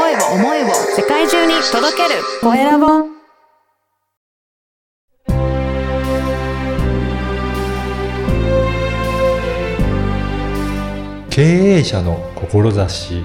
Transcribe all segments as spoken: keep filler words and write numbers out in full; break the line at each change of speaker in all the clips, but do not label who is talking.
声を思いを世界中に届けるコエラボ。
経営者の志。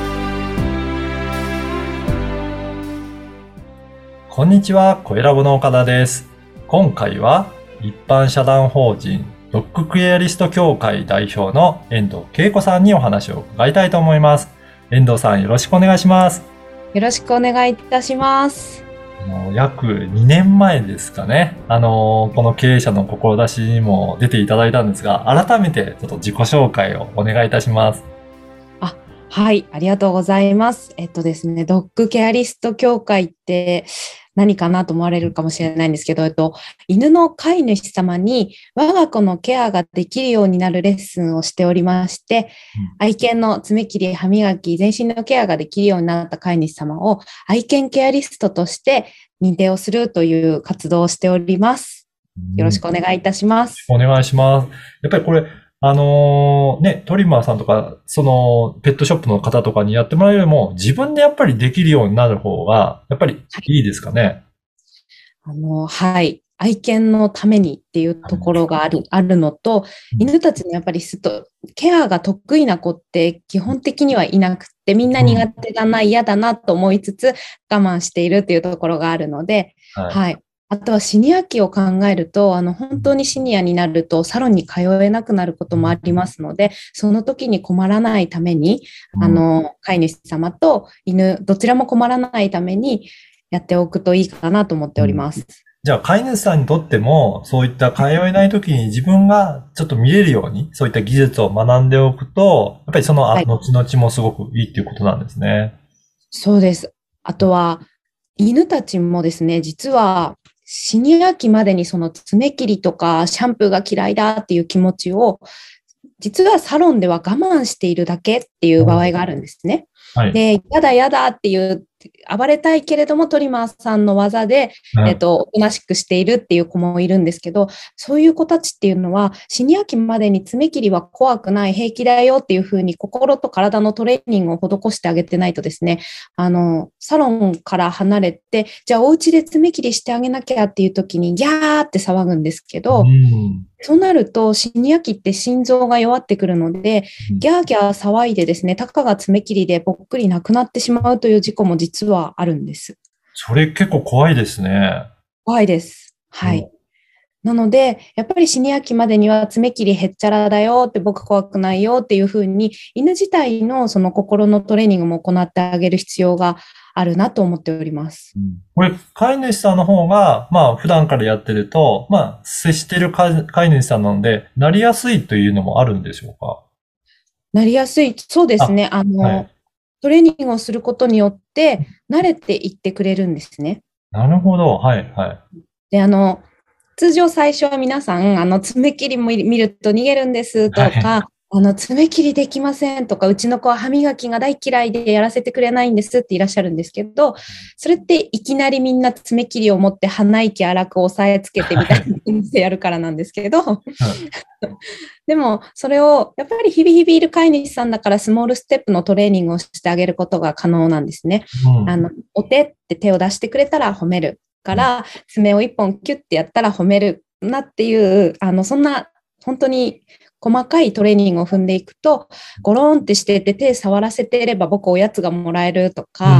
こんにちは、コエラボの岡田です。今回は一般社団法人ドッグクエアリスト協会代表の遠藤恵子さんにお話を伺いたいと思います。遠藤さん、よろしくお願いします。
よろしくお願いいたします。
あの約にねんまえですかね。あの、この経営者の志にも出ていただいたんですが、改めてちょっと自己紹介をお願いいたします。
あ、はい、ありがとうございます。えっとですね、ドッグケアリスト協会って何かなと思われるかもしれないんですけど、えっと、犬の飼い主様に我が子のケアができるようになるレッスンをしておりまして、うん、愛犬の爪切り、歯磨き、全身のケアができるようになった飼い主様を愛犬ケアリストとして認定をするという活動をしております。よろしくお願いいたします。
お願いします。やっぱりこれ、あのー、ね、トリマーさんとか、その、ペットショップの方とかにやってもらうよりも、自分でやっぱりできるようになる方が、やっぱりいいですかね。
はい、あの、はい。愛犬のためにっていうところがある、あるのと、犬たちにやっぱりすと、ケアが得意な子って基本的にはいなくて、みんな苦手だな、嫌だなと思いつつ、我慢しているっていうところがあるので、はい、はいあとはシニア期を考えると、あの、本当にシニアになるとサロンに通えなくなることもありますので、その時に困らないために、あの、飼い主様と犬、どちらも困らないためにやっておくといいかなと思っております。うん、
じゃあ、飼い主さんにとっても、そういった通えない時に自分がちょっと見れるように、そういった技術を学んでおくと、やっぱりその、はい、後々もすごくいいっていうことなんですね。
そうです。あとは、犬たちもですね、実は、シニア期までにその爪切りとかシャンプーが嫌いだっていう気持ちを、実はサロンでは我慢しているだけっていう場合があるんですね。はい、で、やだやだっていう、暴れたいけれどもトリマーさんの技で、はい、えっと、おとなしくしているっていう子もいるんですけど、そういう子たちっていうのは、シニア期までに爪切りは怖くない、平気だよっていうふうに心と体のトレーニングを施してあげてないとですね、あの、サロンから離れて、じゃあお家で爪切りしてあげなきゃっていう時に、ギャーって騒ぐんですけど、うんそうなると、シニア期って心臓が弱ってくるので、ギャーギャー騒いでですね、たかが爪切りでぽっくりなくなってしまうという事故も実はあるんです。
それ結構怖いですね。
怖いです。はい。うん、なので、やっぱりシニア期までには爪切りへっちゃらだよって僕怖くないよっていうふうに、犬自体のその心のトレーニングも行ってあげる必要があるなと思っております。
うん、これ、飼い主さんの方が、まあ、普段からやってると、まあ、接している飼い主さんなので、なりやすいというのもあるんでしょうか？
なりやすい。そうですね。あ、あの、はい、トレーニングをすることによって、慣れていってくれるんですね。
なるほど。はい、はい。
で、あの、通常最初は皆さん、あの、爪切りも見ると逃げるんですとか、はいあの、爪切りできませんとか、うちの子は歯磨きが大嫌いでやらせてくれないんですっていらっしゃるんですけど、それっていきなりみんな爪切りを持って鼻息荒く押さえつけてみたいな感じでやるからなんですけど、はい、でもそれをやっぱり日々日々いる飼い主さんだからスモールステップのトレーニングをしてあげることが可能なんですね。うん、あの、お手って手を出してくれたら褒めるから、爪を一本キュッてやったら褒めるなっていう、あの、そんな本当に細かいトレーニングを踏んでいくと、ゴロンってしてて手触らせていれば僕おやつがもらえるとか、うん、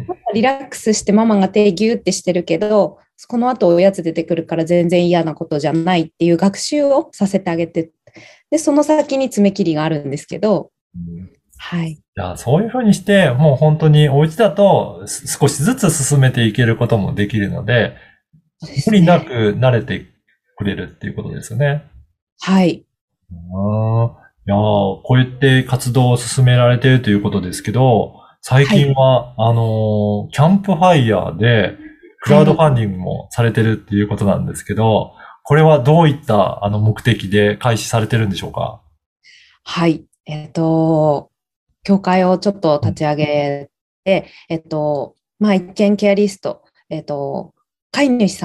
リラックスしてママが手ギューってしてるけど、この後おやつ出てくるから全然嫌なことじゃないっていう学習をさせてあげて、で、その先に爪切りがあるんですけど、うん、はい。い
や、そういうふうにして、もう本当にお家だと少しずつ進めていけることもできるので、無理なく慣れてくれるっていうことですよね。
はい。
あいやこうやって活動を進められているということですけど、最近は、はい、あの、キャンプファイヤーでクラウドファンディングもされてるっていうことなんですけど、これはどういったあの目的で開始されてるんでしょうか？
はい。えっと、協会をちょっと立ち上げて、えっと、まあ、一見ケアリスト、えっと、飼い主様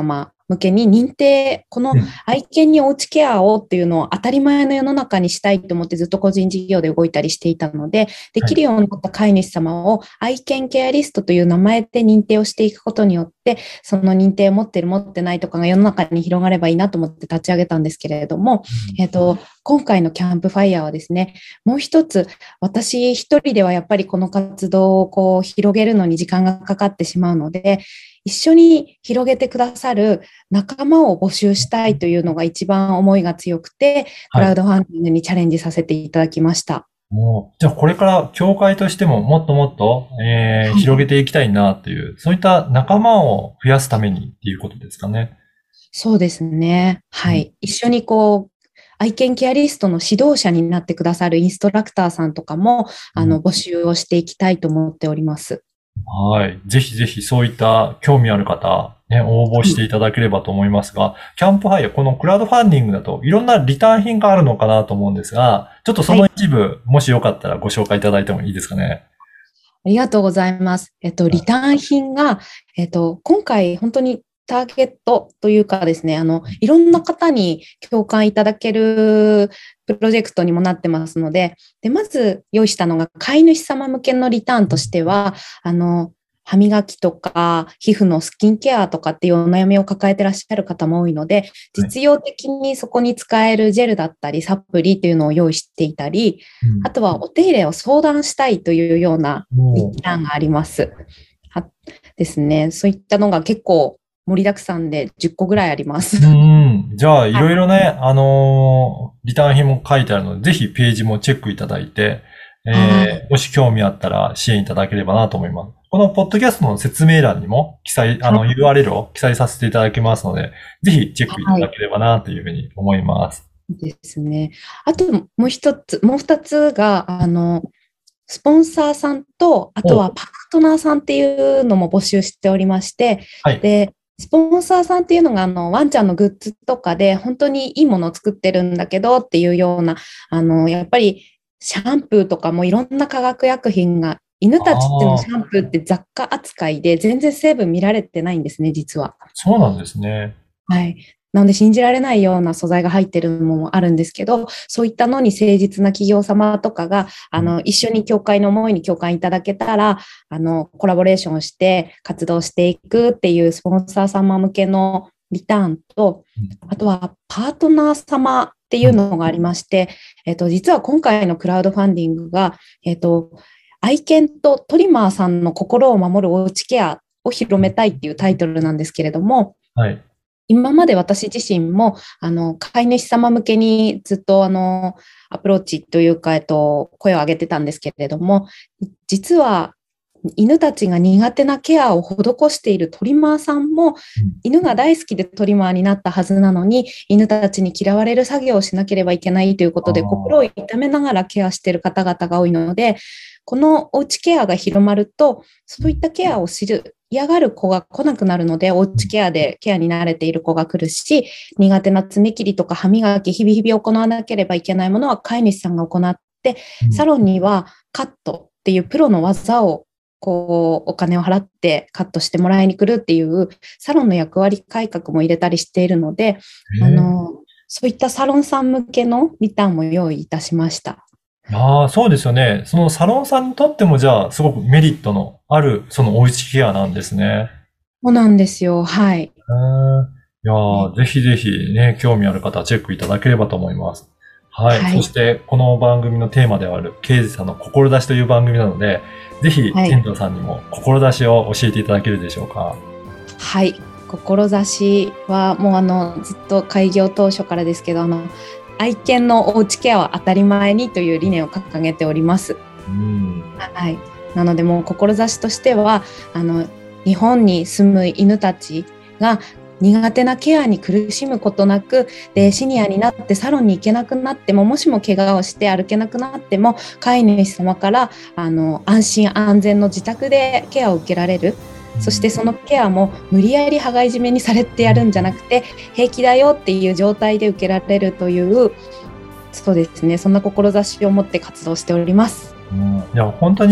向けに認定、この
うん
愛犬におうちケアをっていうのを当たり前の世の中にしたいと思ってずっと個人事業で動いたりしていたので、できるようになった飼い主様を愛犬ケアリストという名前で認定をしていくことによって、その認定を持ってる持ってないとかが世の中に広がればいいなと思って立ち上げたんですけれども、えっと、今回のキャンプファイヤーはですね、もう一つ、私一人ではやっぱりこの活動をこう広げるのに時間がかかってしまうので、一緒に広げてくださる仲間を募集したいというのが一番思いが強くて、クラウドファンディングにチャレンジさせていただきました。
もう、じゃあこれから協会としてももっともっと、えー、
はい
広げていきたいなっていう、そういった仲間を増やすためにっていうことですかね。
そうですね。はい。一緒にこう、愛犬ケアリストの指導者になってくださるインストラクターさんとかも、あの、募集をしていきたいと思っております。
はい。ぜひぜひそういった興味ある方、ね、応募していただければと思いますが、キャンプファイヤー、このクラウドファンディングだといろんなリターン品があるのかなと思うんですが、ちょっとその一部、もしよかったらご紹介いただいてもいいですかね。
ありがとうございます。えっと、リターン品が、えっと、今回本当にターゲットというかですね、あの、いろんな方に共感いただけるプロジェクトにもなってますので、で、まず用意したのが飼い主様向けのリターンとしては、あの、歯磨きとか皮膚のスキンケアとかっていうお悩みを抱えてらっしゃる方も多いので、実用的にそこに使えるジェルだったりサプリっていうのを用意していたり、
うん
あとはお手入れを相談したいというようなリターンがあります。はですね。そういったのが結構盛りだくさんでじゅっこぐらいあります。
うんうん。じゃあ、いろいろね、あのーリターン品も書いてあるので、ぜひページもチェックいただいて、えーもし興味あったら支援いただければなと思います。このポッドキャストの説明欄にも記載、あの ユーアールエル を記載させていただきますので、ぜひチェックいただければなというふうに思います。
ですね。あともう一つ、もう二つが、あの、スポンサーさんと、あとはパートナーさんっていうのも募集しておりまして、
はい。
で、スポンサーさんっていうのが、あの、ワンちゃんのグッズとかで、本当にいいものを作ってるんだけどっていうような、あの、やっぱり、シャンプーとかもいろんな化学薬品が、犬たちのシャンプーって雑貨扱いで全然成分見られてないんですね、実は。
そうなんですね。
はい。なので信じられないような素材が入ってるのもあるんですけど、そういったのに誠実な企業様とかが、あの、一緒に協会の思いに共感いただけたら、あの、コラボレーションして活動していくっていうスポンサー様向けのリターンと、あとはパートナー様っていうのがありまして、えっと、実は今回のクラウドファンディングが、えっと、愛犬とトリマーさんの心を守るおうちケアを広めたいっていうタイトルなんですけれども、
はい。
今まで私自身も、あの、飼い主様向けにずっと、あの、アプローチというか、えっと、声を上げてたんですけれども、実は、犬たちが苦手なケアを施しているトリマーさんも、犬が大好きでトリマーになったはずなのに、犬たちに嫌われる作業をしなければいけないということで、心を痛めながらケアしている方々が多いので、このおうちケアが広まると、そういったケアを知る、嫌がる子が来なくなるので、おうちケアでケアに慣れている子が来るし、苦手な爪切りとか歯磨き、日々日々行わなければいけないものは飼い主さんが行って、サロンにはカットっていうプロの技をこう、お金を払ってカットしてもらいに来るっていうサロンの役割改革も入れたりしているので、あの、そういったサロンさん向けのリターンも用意いたしました。
ああ、そうですよね。そのサロンさんにとってもじゃあ、すごくメリットのある、そのおうちケアなんですね。
そうなんですよ。はい。
いやー、ぜひぜひね、興味ある方はチェックいただければと思います。はい。はい、そして、この番組のテーマである、刑事さんの志という番組なので、ぜひ、天童さんにも志を教えていただけるでしょうか。
はい。志は、もうあの、ずっと開業当初からですけど、あの、愛犬のおうちケアは当たり前にという理念を掲げております。
うん、
はい。なので、もう志としては、あの、日本に住む犬たちが苦手なケアに苦しむことなく、で、シニアになってサロンに行けなくなっても、もしも怪我をして歩けなくなっても、飼い主様からあの安心安全の自宅でケアを受けられる。そしてそのケアも無理やり羽交い締めにされてやるんじゃなくて、平気だよっていう状態で受けられるという、そうですね、そんな志を持って活動しております。
うん、いや、本当に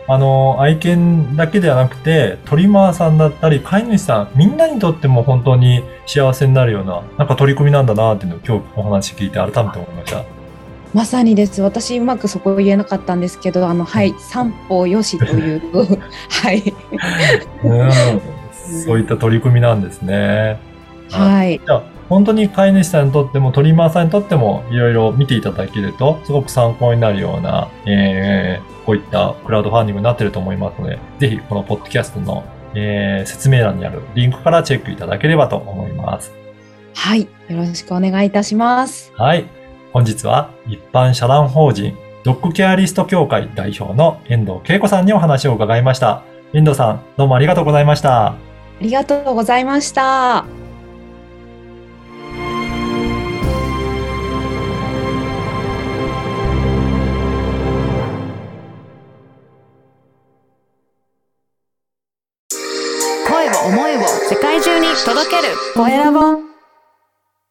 あの、愛犬だけではなくて、トリマーさんだったり、飼い主さん、みんなにとっても本当に幸せになるような、なんか取り組みなんだなっていうのを今日お話聞いて改めて思いました。
まさにです。私うまくそこを言えなかったんですけど、あの、はい、三歩よしという、はい。
うん、そういった取り組みなんですね。
はい。
じゃあ、本当に飼い主さんにとっても、トリマーさんにとっても、いろいろ見ていただけると、すごく参考になるような、えー、こういったクラウドファンディングになっていると思いますので、ぜひ、このポッドキャストの、えー、説明欄にあるリンクからチェックいただければと思います。
はい。よろしくお願いいたします。
はい。本日は、一般社団法人、ドッグケアリスト協会代表の遠藤恵子さんにお話を伺いました。遠藤さん、どうもありがとうございました。
ありがとうございました。
声を思いを世界中に届けるコエラボ。